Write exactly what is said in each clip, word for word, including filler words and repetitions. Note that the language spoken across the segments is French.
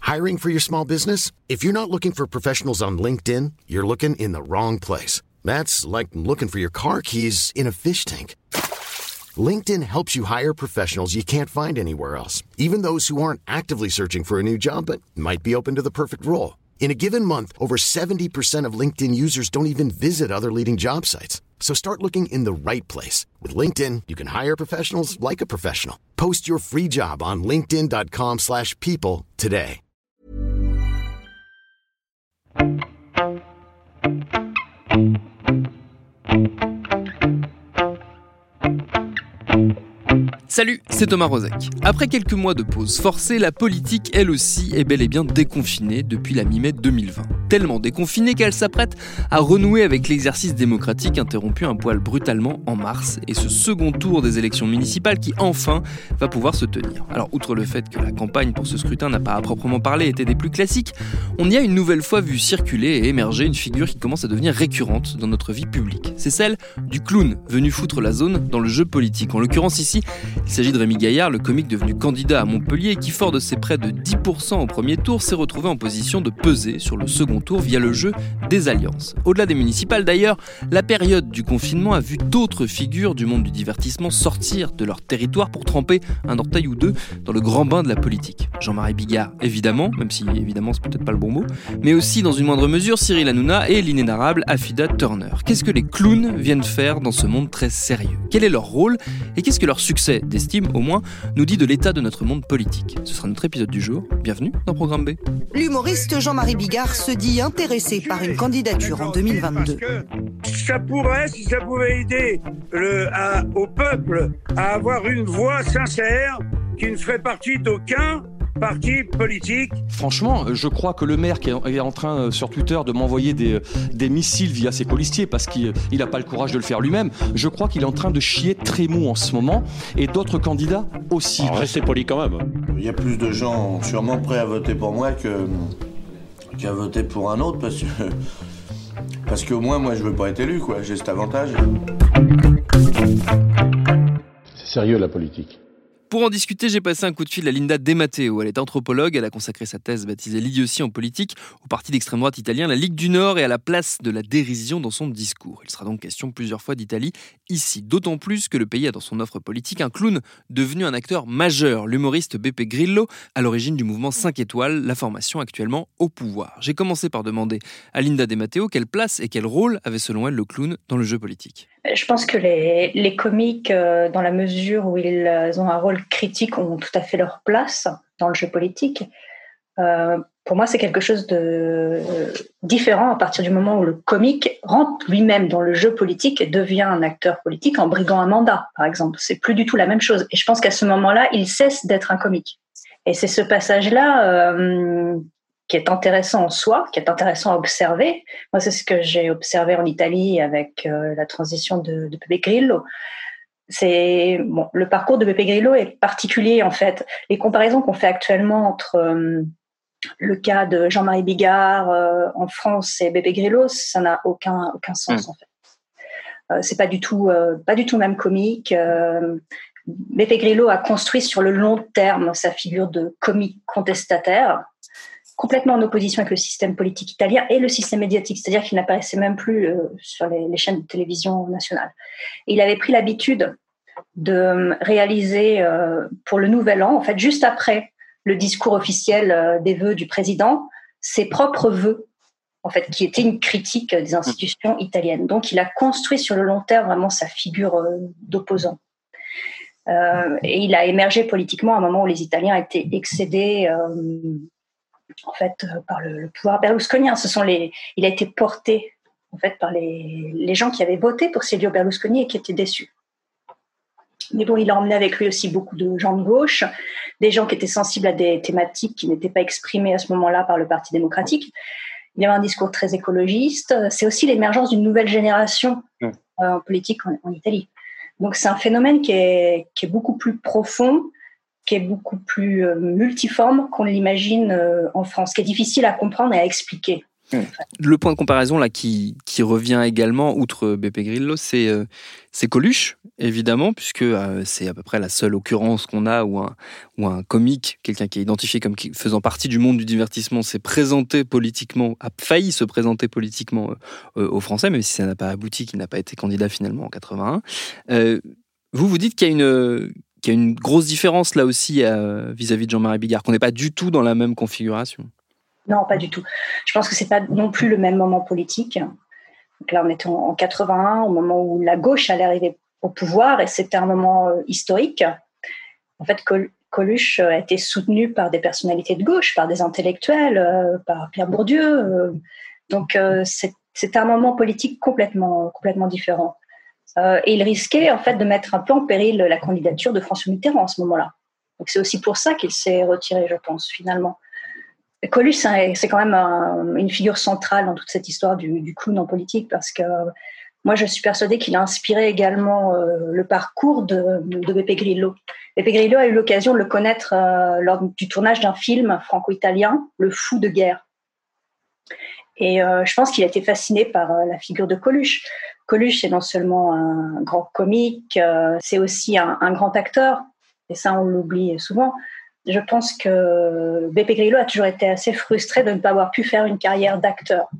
Hiring for your small business? If you're not looking for professionals on LinkedIn, you're looking in the wrong place. That's like looking for your car keys in a fish tank. LinkedIn helps you hire professionals you can't find anywhere else, even those who aren't actively searching for a new job but might be open to the perfect role. In a given month, over seventy percent of LinkedIn users don't even visit other leading job sites. So start looking in the right place. With LinkedIn, you can hire professionals like a professional. Post your free job on linkedin.com slash people today. Salut, c'est Thomas Rozek. Après quelques mois de pause forcée, la politique, elle aussi, est bel et bien déconfinée depuis la mi-mai deux mille vingt. Tellement déconfinée qu'elle s'apprête à renouer avec l'exercice démocratique interrompu un poil brutalement en mars et ce second tour des élections municipales qui, enfin, va pouvoir se tenir. Alors, outre le fait que la campagne pour ce scrutin n'a pas à proprement parler été des plus classiques, on y a une nouvelle fois vu circuler et émerger une figure qui commence à devenir récurrente dans notre vie publique. C'est celle du clown venu foutre la zone dans le jeu politique. En l'occurrence ici, il s'agit de Rémi Gaillard, le comique devenu candidat à Montpellier et qui, fort de ses près de dix pour cent au premier tour, s'est retrouvé en position de peser sur le second tour via le jeu des alliances. Au-delà des municipales d'ailleurs, la période du confinement a vu d'autres figures du monde du divertissement sortir de leur territoire pour tremper un orteil ou deux dans le grand bain de la politique. Jean-Marie Bigard, évidemment, même si évidemment c'est peut-être pas le bon mot, mais aussi dans une moindre mesure Cyril Hanouna et l'inénarrable Affida Turner. Qu'est-ce que les clowns viennent faire dans ce monde très sérieux ? Quel est leur rôle et qu'est-ce que leur succès, d'estime au moins, nous dit de l'état de notre monde politique ? Ce sera notre épisode du jour. Bienvenue dans Programme B. L'humoriste Jean-Marie Bigard se dit intéressé par une candidature en deux mille vingt-deux. Ça pourrait, si ça pouvait aider le, à, au peuple à avoir une voix sincère qui ne ferait partie d'aucun parti politique. Franchement, je crois que le maire qui est en train sur Twitter de m'envoyer des, des missiles via ses colistiers parce qu'il n'a pas le courage de le faire lui-même, je crois qu'il est en train de chier très mou en ce moment et d'autres candidats aussi. Alors, restez poli quand même. Il y a plus de gens sûrement prêts à voter pour moi que, qu'à voter pour un autre parce que parce qu'au moins moi je veux pas être élu quoi, j'ai cet avantage. C'est sérieux la politique. Pour en discuter, j'ai passé un coup de fil à Linda De Matteo. Elle est anthropologue, elle a consacré sa thèse baptisée L'idiotie en politique au parti d'extrême droite italien, la Ligue du Nord, et à la place de la dérision dans son discours. Il sera donc question plusieurs fois d'Italie ici, d'autant plus que le pays a dans son offre politique un clown devenu un acteur majeur, l'humoriste Beppe Grillo, à l'origine du mouvement cinq étoiles, la formation actuellement au pouvoir. J'ai commencé par demander à Linda De Matteo quelle place et quel rôle avait selon elle le clown dans le jeu politique. Je pense que les, les comiques, euh, dans la mesure où ils ont un rôle critique, ont tout à fait leur place dans le jeu politique. Euh, pour moi, c'est quelque chose de euh, différent à partir du moment où le comique rentre lui-même dans le jeu politique et devient un acteur politique en briguant un mandat, par exemple. C'est plus du tout la même chose. Et je pense qu'à ce moment-là, il cesse d'être un comique. Et c'est ce passage-là euh, qui est intéressant en soi, qui est intéressant à observer. Moi, c'est ce que j'ai observé en Italie avec euh, la transition de, de Beppe Grillo. C'est, bon, le parcours de Beppe Grillo est particulier, en fait. Les comparaisons qu'on fait actuellement entre euh, le cas de Jean-Marie Bigard euh, en France et Beppe Grillo, ça n'a aucun, aucun sens, mmh. en fait. Euh, c'est pas du tout, euh, pas du tout même comique. Euh, Beppe Grillo a construit sur le long terme sa figure de comique contestataire, complètement en opposition avec le système politique italien et le système médiatique, c'est-à-dire qu'il n'apparaissait même plus euh, sur les, les chaînes de télévision nationales. Et il avait pris l'habitude de réaliser euh, pour le Nouvel An, en fait, juste après le discours officiel euh, des vœux du président, ses propres vœux, en fait, qui étaient une critique des institutions italiennes. Donc, il a construit sur le long terme vraiment sa figure euh, d'opposant. Euh, et il a émergé politiquement à un moment où les Italiens étaient excédés euh, en fait, par le, le pouvoir berlusconien. Ce sont les, il a été porté en fait, par les, les gens qui avaient voté pour Silvio Berlusconi et qui étaient déçus. Mais bon, il a emmené avec lui aussi beaucoup de gens de gauche, des gens qui étaient sensibles à des thématiques qui n'étaient pas exprimées à ce moment-là par le Parti démocratique. Il y avait un discours très écologiste. C'est aussi l'émergence d'une nouvelle génération euh, en politique en, en Italie. Donc c'est un phénomène qui est, qui est beaucoup plus profond, qui est beaucoup plus euh, multiforme qu'on l'imagine euh, en France, qui est difficile à comprendre et à expliquer. Le point de comparaison là qui, qui revient également, outre Beppe Grillo, c'est, euh, c'est Coluche, évidemment, puisque euh, c'est à peu près la seule occurrence qu'on a où un, où un comique, quelqu'un qui est identifié comme qui, faisant partie du monde du divertissement, s'est présenté politiquement, a failli se présenter politiquement euh, aux Français, même si ça n'a pas abouti, qu'il n'a pas été candidat finalement en quatre-vingt-un. Euh, vous, vous dites qu'il y a une... qu'il y a une grosse différence là aussi euh, vis-à-vis de Jean-Marie Bigard, qu'on n'est pas du tout dans la même configuration. Non, pas du tout. Je pense que c'est pas non plus le même moment politique. Donc là, on était en quatre-vingt-un, au moment où la gauche allait arriver au pouvoir, et c'était un moment euh, historique. En fait, Col- Coluche a été soutenu par des personnalités de gauche, par des intellectuels, euh, par Pierre Bourdieu. Euh, donc, euh, c'est, c'était un moment politique complètement, complètement différent. Euh, et il risquait en fait de mettre un peu en péril la candidature de François Mitterrand à ce moment-là. Donc, c'est aussi pour ça qu'il s'est retiré, je pense, finalement. Coluche, c'est, c'est quand même un, une figure centrale dans toute cette histoire du, du clown en politique, parce que moi, je suis persuadée qu'il a inspiré également euh, le parcours de, de Beppe Grillo. Beppe Grillo a eu l'occasion de le connaître euh, lors du tournage d'un film franco-italien, Le Fou de guerre. Et euh, je pense qu'il a été fasciné par euh, la figure de Coluche. Coluche, c'est non seulement un grand comique, euh, c'est aussi un, un grand acteur, et ça, on l'oublie souvent. Je pense que Beppe Grillo a toujours été assez frustré de ne pas avoir pu faire une carrière d'acteur.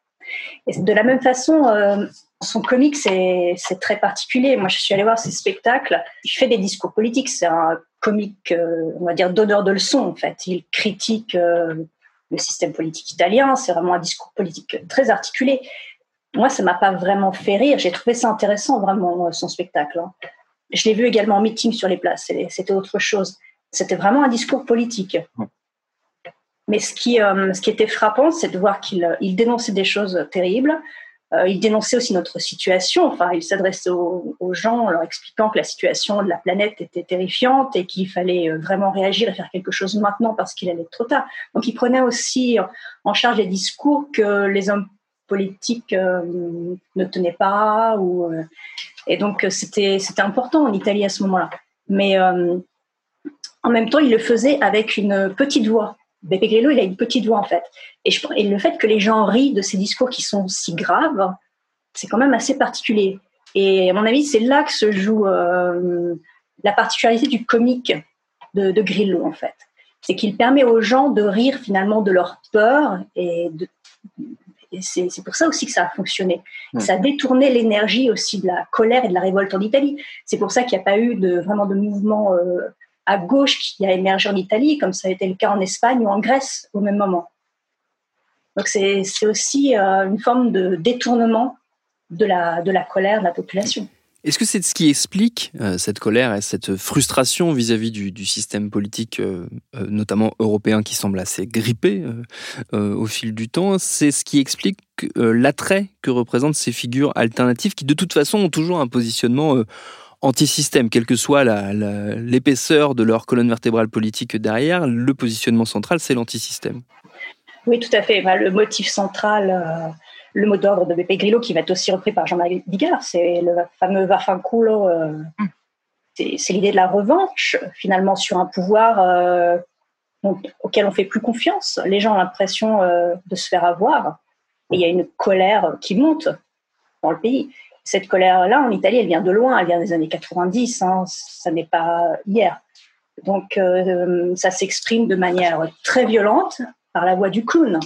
Et de la même façon, euh, son comique, c'est, c'est très particulier. Moi, je suis allée voir ses spectacles. Il fait des discours politiques. C'est un comique, euh, on va dire, donneur de leçons, en fait. Il critique euh, le système politique italien. C'est vraiment un discours politique très articulé. Moi, ça ne m'a pas vraiment fait rire. J'ai trouvé ça intéressant, vraiment, son spectacle. Hein. Je l'ai vu également en meeting sur les places. C'était autre chose. C'était vraiment un discours politique. Mais ce qui, euh, ce qui était frappant, c'est de voir qu'il il dénonçait des choses terribles. Euh, il dénonçait aussi notre situation. Enfin, il s'adressait aux, aux gens en leur expliquant que la situation de la planète était terrifiante et qu'il fallait vraiment réagir et faire quelque chose maintenant parce qu'il allait être trop tard. Donc, il prenait aussi en charge des discours que les hommes politiques euh, ne tenaient pas. Ou, euh, et donc, c'était, c'était important en Italie à ce moment-là. Mais... Euh, En même temps, il le faisait avec une petite voix. Beppe Grillo, il a une petite voix, en fait. Et, je, et le fait que les gens rient de ces discours qui sont si graves, c'est quand même assez particulier. Et à mon avis, c'est là que se joue euh, la particularité du comique de, de Grillo, en fait. C'est qu'il permet aux gens de rire, finalement, de leur peur. Et, de, et c'est, c'est pour ça aussi que ça a fonctionné. Mmh. Ça a détourné l'énergie aussi de la colère et de la révolte en Italie. C'est pour ça qu'il n'y a pas eu de, vraiment de mouvement... Euh, à gauche qui a émergé en Italie, comme ça a été le cas en Espagne ou en Grèce au même moment. Donc c'est, c'est aussi euh, une forme de détournement de la, de la colère de la population. Est-ce que c'est ce qui explique euh, cette colère et cette frustration vis-à-vis du, du système politique, euh, euh, notamment européen, qui semble assez grippé euh, euh, au fil du temps? C'est ce qui explique euh, l'attrait que représentent ces figures alternatives qui, de toute façon, ont toujours un positionnement... Euh, anti-système, quelle que soit la, la, l'épaisseur de leur colonne vertébrale politique derrière, le positionnement central, c'est l'anti-système. Oui, tout à fait. Le motif central, euh, le mot d'ordre de Beppe Grillo, qui va être aussi repris par Jean-Marie Bigard, c'est le fameux vaffanculo. Euh, mm. c'est, c'est l'idée de la revanche, finalement, sur un pouvoir euh, auquel on ne fait plus confiance. Les gens ont l'impression euh, de se faire avoir. Et il y a une colère qui monte dans le pays. Cette colère-là, en Italie, elle vient de loin, elle vient des années quatre-vingt-dix, hein, ça n'est pas hier. Donc, euh, ça s'exprime de manière très violente par la voix du clown.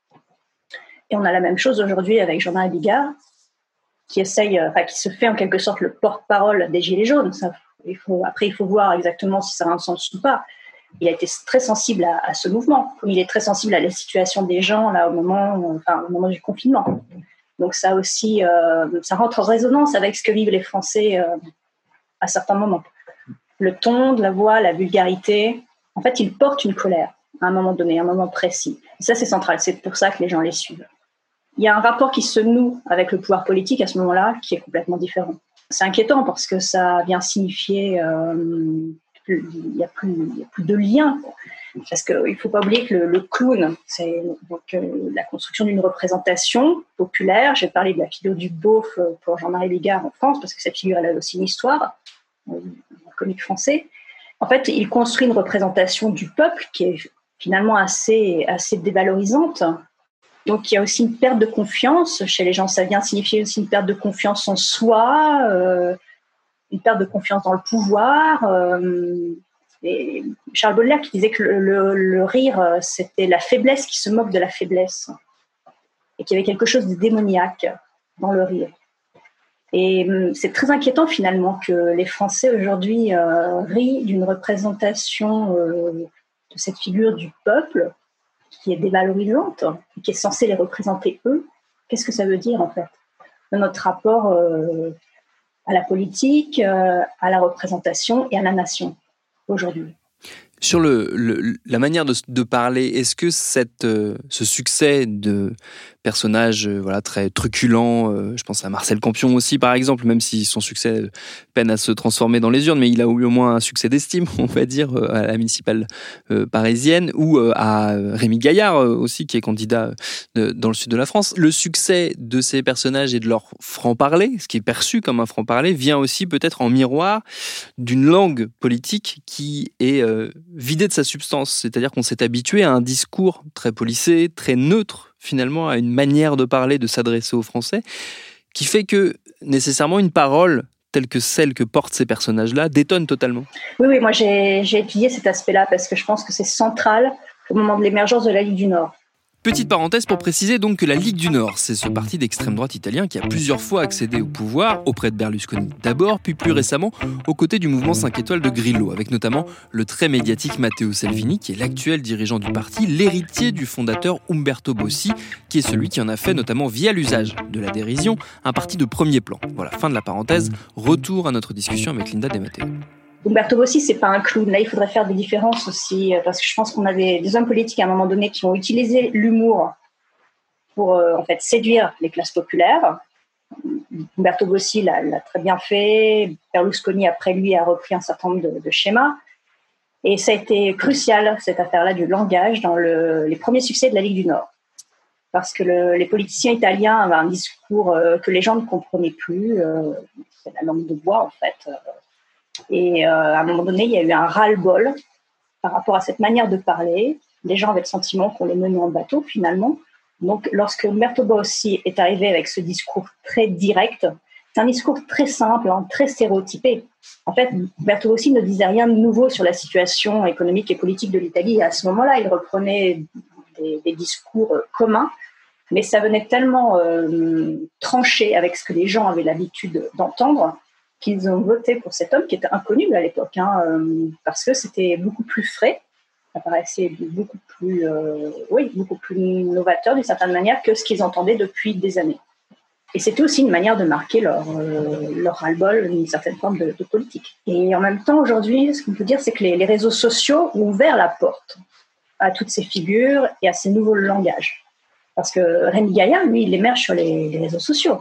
Et on a la même chose aujourd'hui avec Jean-Marie Bigard, qui essaye, enfin, qui se fait en quelque sorte le porte-parole des Gilets jaunes. Ça, il faut, après, il faut voir exactement si ça a un sens ou pas. Il a été très sensible à, à ce mouvement. Il est très sensible à la situation des gens là, au, moment, enfin, au moment du confinement. Donc ça aussi, euh, ça rentre en résonance avec ce que vivent les Français euh, à certains moments. Le ton de la voix, la vulgarité, en fait, ils portent une colère à un moment donné, à un moment précis. Et ça, c'est central, c'est pour ça que les gens les suivent. Il y a un rapport qui se noue avec le pouvoir politique à ce moment-là qui est complètement différent. C'est inquiétant parce que ça vient signifier euh, qu'il n'y a, a plus de lien. Parce qu'il ne faut pas oublier que le, le clown, c'est donc, euh, la construction d'une représentation populaire. J'ai parlé de la figure du beauf pour Jean-Marie Bigard en France, parce que cette figure, elle a aussi une histoire, euh, un comique français. En fait, il construit une représentation du peuple qui est finalement assez, assez dévalorisante. Donc il y a aussi une perte de confiance chez les gens. Ça vient signifier aussi une perte de confiance en soi, euh, une perte de confiance dans le pouvoir. Euh, et Charles Baudelaire qui disait que le, le, le rire, c'était la faiblesse qui se moque de la faiblesse. Et qu'il y avait quelque chose de démoniaque dans le rire. Et c'est très inquiétant finalement que les Français aujourd'hui euh, rient d'une représentation euh, de cette figure du peuple qui est dévalorisante, qui est censée les représenter eux. Qu'est-ce que ça veut dire en fait dans notre rapport euh, à la politique, euh, à la représentation et à la nation aujourd'hui? Sur le, le, la manière de, de parler, est-ce que cette, euh, ce succès de personnages euh, voilà, très truculents, euh, je pense à Marcel Campion aussi par exemple, même si son succès peine à se transformer dans les urnes, mais il a eu au moins un succès d'estime, on va dire, euh, à la municipale euh, parisienne, ou euh, à Rémi Gaillard euh, aussi, qui est candidat de, dans le sud de la France. Le succès de ces personnages et de leur franc-parler, ce qui est perçu comme un franc-parler, vient aussi peut-être en miroir d'une langue politique qui est euh, vidée de sa substance, c'est-à-dire qu'on s'est habitué à un discours très policé, très neutre finalement, à une manière de parler, de s'adresser aux Français, qui fait que nécessairement une parole telle que celle que portent ces personnages-là détonne totalement. Oui, oui, moi j'ai, j'ai étudié cet aspect-là parce que je pense que c'est central au moment de l'émergence de la Ligue du Nord. Petite parenthèse pour préciser donc que la Ligue du Nord, c'est ce parti d'extrême droite italien qui a plusieurs fois accédé au pouvoir, auprès de Berlusconi d'abord, puis plus récemment aux côtés du mouvement cinq étoiles de Grillo, avec notamment le très médiatique Matteo Salvini, qui est l'actuel dirigeant du parti, l'héritier du fondateur Umberto Bossi, qui est celui qui en a fait, notamment via l'usage de la dérision, un parti de premier plan. Voilà, fin de la parenthèse, retour à notre discussion avec Linda De Matteo. Umberto Bossi, c'est pas un clown. Là, il faudrait faire des différences aussi, parce que je pense qu'on avait des hommes politiques à un moment donné qui ont utilisé l'humour pour euh, en fait séduire les classes populaires. Umberto Bossi l'a, l'a très bien fait. Berlusconi, après lui, a repris un certain nombre de, de schémas. Et ça a été crucial, cette affaire-là du langage, dans le, les premiers succès de la Ligue du Nord. Parce que le, les politiciens italiens avaient un discours euh, que les gens ne comprenaient plus. Euh, c'est la langue de bois, en fait. Euh, Et euh, à un moment donné, il y a eu un ras-le-bol par rapport à cette manière de parler. Les gens avaient le sentiment qu'on les menait en bateau, finalement. Donc, lorsque Umberto Bossi est arrivé avec ce discours très direct, c'est un discours très simple, hein, très stéréotypé. En fait, Umberto Bossi ne disait rien de nouveau sur la situation économique et politique de l'Italie. Et à ce moment-là, il reprenait des, des discours communs, mais ça venait tellement euh, trancher avec ce que les gens avaient l'habitude d'entendre qu'ils ont voté pour cet homme qui était inconnu à l'époque, hein, euh, parce que c'était beaucoup plus frais, ça paraissait beaucoup plus, euh, oui, beaucoup plus novateur d'une certaine manière que ce qu'ils entendaient depuis des années. Et c'était aussi une manière de marquer leur, euh, leur ras-le-bol, une certaine forme de, de politique. Et en même temps, aujourd'hui, ce qu'on peut dire, c'est que les, les réseaux sociaux ont ouvert la porte à toutes ces figures et à ces nouveaux langages. Parce que Rémi Gaillard, lui, il émerge sur les, les réseaux sociaux.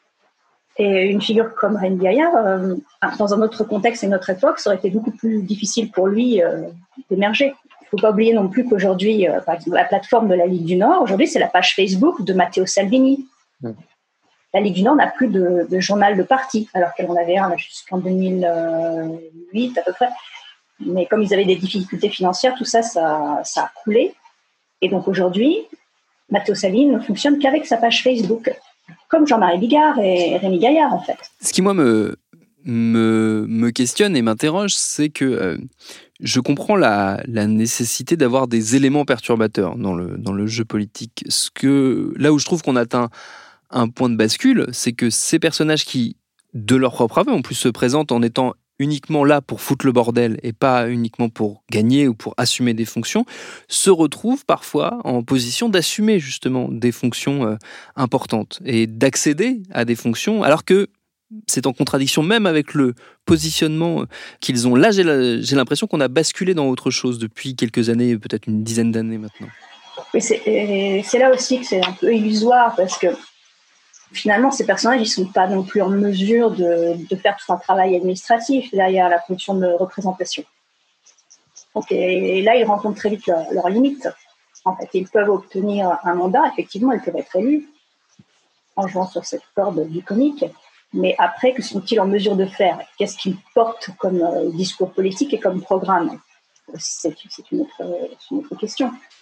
Et une figure comme Rémi Gaillard, euh, dans un autre contexte et une autre époque, ça aurait été beaucoup plus difficile pour lui euh, d'émerger. Il ne faut pas oublier non plus qu'aujourd'hui, euh, par exemple, la plateforme de la Ligue du Nord, aujourd'hui, c'est la page Facebook de Matteo Salvini. Mmh. La Ligue du Nord n'a plus de, de journal de parti, alors qu'elle en avait un jusqu'en deux mille huit à peu près. Mais comme ils avaient des difficultés financières, tout ça, ça, ça a coulé. Et donc aujourd'hui, Matteo Salvini ne fonctionne qu'avec sa page Facebook. Comme Jean-Marie Bigard et Rémi Gaillard, en fait. Ce qui, moi, me, me, me questionne et m'interroge, c'est que euh, je comprends la, la nécessité d'avoir des éléments perturbateurs dans le, dans le jeu politique. Ce que, là où je trouve qu'on atteint un point de bascule, c'est que ces personnages qui, de leur propre aveu, en plus se présentent en étant uniquement là pour foutre le bordel et pas uniquement pour gagner ou pour assumer des fonctions, se retrouvent parfois en position d'assumer justement des fonctions euh, importantes et d'accéder à des fonctions alors que c'est en contradiction même avec le positionnement qu'ils ont. Là, j'ai, la, j'ai l'impression qu'on a basculé dans autre chose depuis quelques années, peut-être une dizaine d'années maintenant. Oui, c'est, c'est là aussi que c'est un peu illusoire parce que finalement, ces personnages, ils ne sont pas non plus en mesure de, de faire tout un travail administratif derrière la fonction de représentation. Donc, et, et là, ils rencontrent très vite leurs leur limites. En fait, ils peuvent obtenir un mandat, effectivement, ils peuvent être élus en jouant sur cette corde du comique. Mais après, que sont-ils en mesure de faire ? Qu'est-ce qu'ils portent comme euh, discours politique et comme programme ? c'est, c'est, une autre, c'est une autre question.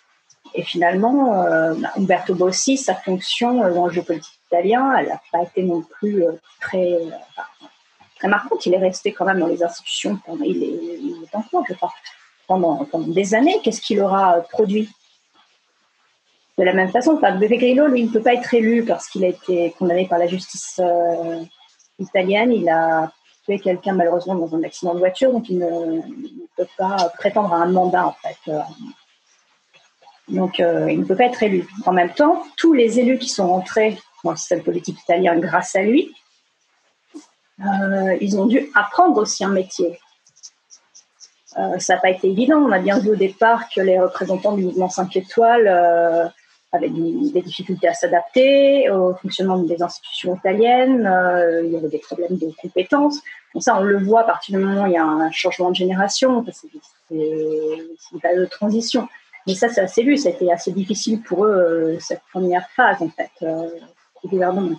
Et finalement, euh, Umberto Bossi, sa fonction dans le jeu politique italien, elle n'a pas été non plus euh, très, euh, très marquante. Il est resté quand même dans les institutions, pendant, il, est, il est encore, je crois, pendant, pendant des années. Qu'est-ce qu'il aura produit ? De la même façon, enfin, Beppe Grillo, lui, il ne peut pas être élu parce qu'il a été condamné par la justice euh, italienne. Il a tué quelqu'un malheureusement dans un accident de voiture, donc il ne, il ne peut pas prétendre à un mandat en fait. Donc euh, il ne peut pas être élu. En même temps, tous les élus qui sont rentrés dans le système politique italien grâce à lui, euh, ils ont dû apprendre aussi un métier. Euh, ça n'a pas été évident. On a bien vu au départ que les représentants du mouvement cinq étoiles euh, avaient des, des difficultés à s'adapter au fonctionnement des institutions italiennes. Euh, il y avait des problèmes de compétences. Bon, ça, on le voit à partir du moment où il y a un changement de génération. C'est, c'est, c'est une période de transition. Mais ça, c'est assez vu. Ça a été assez difficile pour eux, euh, cette première phase, en fait, euh, du gouvernement.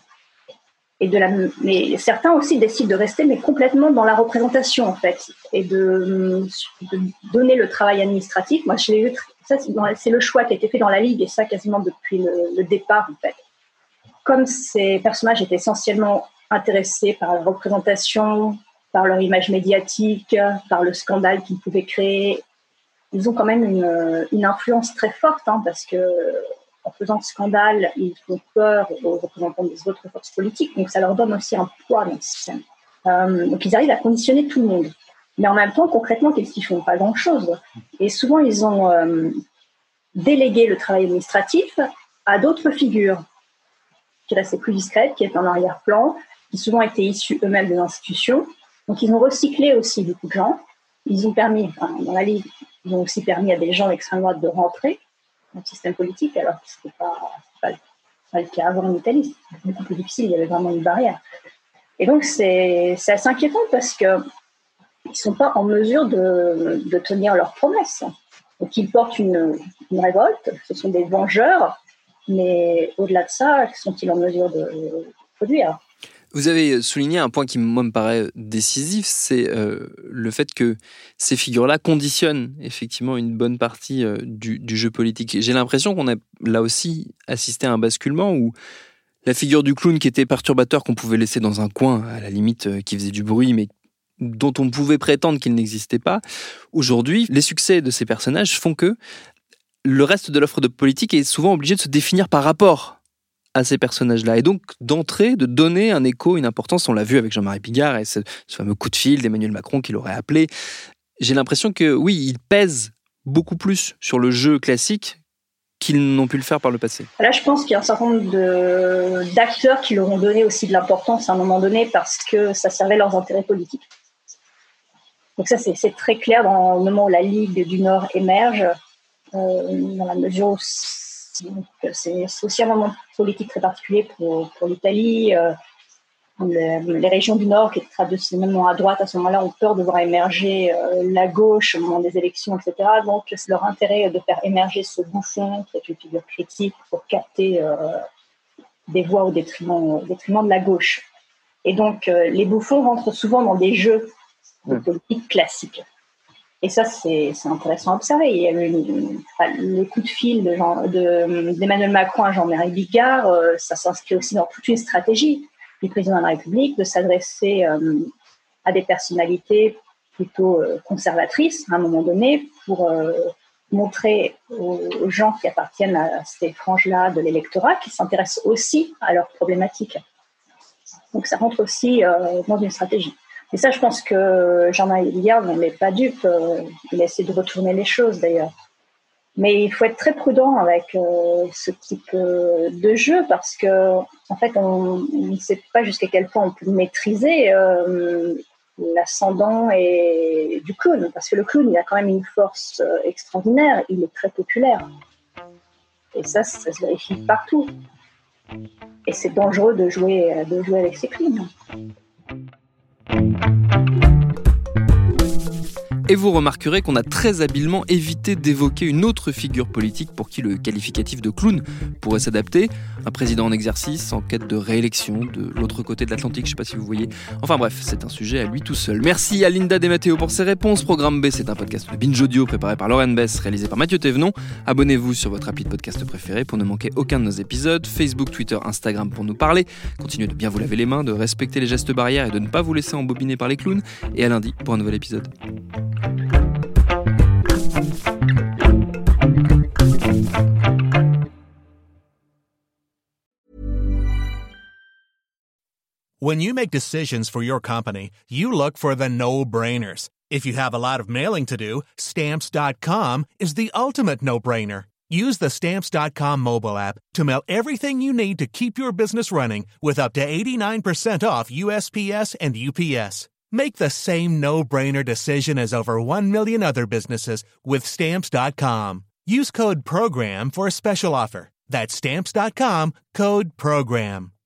Et de la, mais certains aussi décident de rester, mais complètement dans la représentation, en fait, et de, de donner le travail administratif. Moi, je l'ai eu, ça, c'est le choix qui a été fait dans la Ligue, et ça quasiment depuis le, le départ, en fait. Comme ces personnages étaient essentiellement intéressés par la représentation, par leur image médiatique, par le scandale qu'ils pouvaient créer, ils ont quand même une, une influence très forte, hein, parce que en faisant ce scandale, ils font peur aux représentants des autres forces politiques, donc ça leur donne aussi un poids dans le système. Euh, donc ils arrivent à conditionner tout le monde. Mais en même temps, concrètement, qu'est-ce qu'ils font ? Pas grand-chose. Et souvent, ils ont euh, délégué le travail administratif à d'autres figures, qui restaient plus discrètes, qui étaient en arrière-plan, qui souvent étaient issus eux-mêmes des institutions. Donc ils ont recyclé aussi beaucoup de gens. Ils ont permis, enfin, dans la Ligue, ils ont aussi permis à des gens d'extrême droite de rentrer dans le système politique, alors que ce n'était pas, pas, pas le cas avant en Italie. C'était beaucoup plus difficile, il y avait vraiment une barrière. Et donc, c'est, c'est assez inquiétant parce qu'ils ne sont pas en mesure de, de tenir leurs promesses. Donc, ils portent une, une révolte, ce sont des vengeurs, mais au-delà de ça, sont-ils en mesure de, de produire ? Vous avez souligné un point qui, moi, me paraît décisif, c'est euh, le fait que ces figures-là conditionnent effectivement une bonne partie euh, du, du jeu politique. J'ai l'impression qu'on a là aussi assisté à un basculement où la figure du clown qui était perturbateur, qu'on pouvait laisser dans un coin, à la limite, euh, qui faisait du bruit, mais dont on pouvait prétendre qu'il n'existait pas, aujourd'hui, les succès de ces personnages font que le reste de l'offre de politique est souvent obligé de se définir par rapport à ces personnages-là. Et donc, d'entrer, de donner un écho, une importance, on l'a vu avec Jean-Marie Bigard et ce, ce fameux coup de fil d'Emmanuel Macron qui l'aurait appelé. J'ai l'impression que, oui, il pèse beaucoup plus sur le jeu classique qu'ils n'ont pu le faire par le passé. Là, je pense qu'il y a un certain nombre de, d'acteurs qui leur ont donné aussi de l'importance à un moment donné parce que ça servait leurs intérêts politiques. Donc ça, c'est, c'est très clair dans le moment où la Ligue du Nord émerge, euh, dans la mesure où donc, c'est aussi un moment politique très particulier pour, pour l'Italie. Euh, les, les régions du Nord, qui étaient traditionnellement à droite, à ce moment-là, ont peur de voir émerger euh, la gauche au moment des élections, et cetera. Donc, c'est leur intérêt de faire émerger ce bouffon, qui est une figure critique, pour capter euh, des voix au détriment, au détriment de la gauche. Et donc, euh, les bouffons rentrent souvent dans des jeux de politique classiques. Et ça, c'est, c'est intéressant à observer. Il y a le, le coup de fil de Jean, de, d'Emmanuel Macron à Jean-Marie Bigard, euh, ça s'inscrit aussi dans toute une stratégie du président de la République de s'adresser euh, à des personnalités plutôt euh, conservatrices à un moment donné pour euh, montrer aux, aux gens qui appartiennent à ces franges-là de l'électorat qu'ils s'intéressent aussi à leurs problématiques. Donc ça rentre aussi euh, dans une stratégie. Et ça, je pense que Jean-Marie Bigard n'en est pas dupe. Euh, il a essayé de retourner les choses, d'ailleurs. Mais il faut être très prudent avec euh, ce type euh, de jeu parce que, en fait, on ne sait pas jusqu'à quel point on peut maîtriser euh, l'ascendant et du clown. Parce que le clown, il a quand même une force euh, extraordinaire. Il est très populaire. Et ça, ça se vérifie partout. Et c'est dangereux de jouer, de jouer avec ces clowns. Et vous remarquerez qu'on a très habilement évité d'évoquer une autre figure politique pour qui le qualificatif de clown pourrait s'adapter. Un président en exercice, en quête de réélection, de l'autre côté de l'Atlantique, je ne sais pas si vous voyez. Enfin bref, c'est un sujet à lui tout seul. Merci à Linda Desmateo pour ses réponses. Programme B, c'est un podcast de Binge Audio préparé par Lauren Bess, réalisé par Mathieu Thévenon. Abonnez-vous sur votre appli de podcast préféré pour ne manquer aucun de nos épisodes. Facebook, Twitter, Instagram pour nous parler. Continuez de bien vous laver les mains, de respecter les gestes barrières et de ne pas vous laisser embobiner par les clowns. Et à lundi pour un nouvel épisode. When you make decisions for your company, you look for the no-brainers. If you have a lot of mailing to do, Stamps dot com is the ultimate no-brainer. Use the Stamps dot com mobile app to mail everything you need to keep your business running with up to eighty-nine percent off U S P S and U P S. Make the same no-brainer decision as over one million other businesses with Stamps dot com. Use code PROGRAM for a special offer. That's Stamps dot com, code PROGRAM.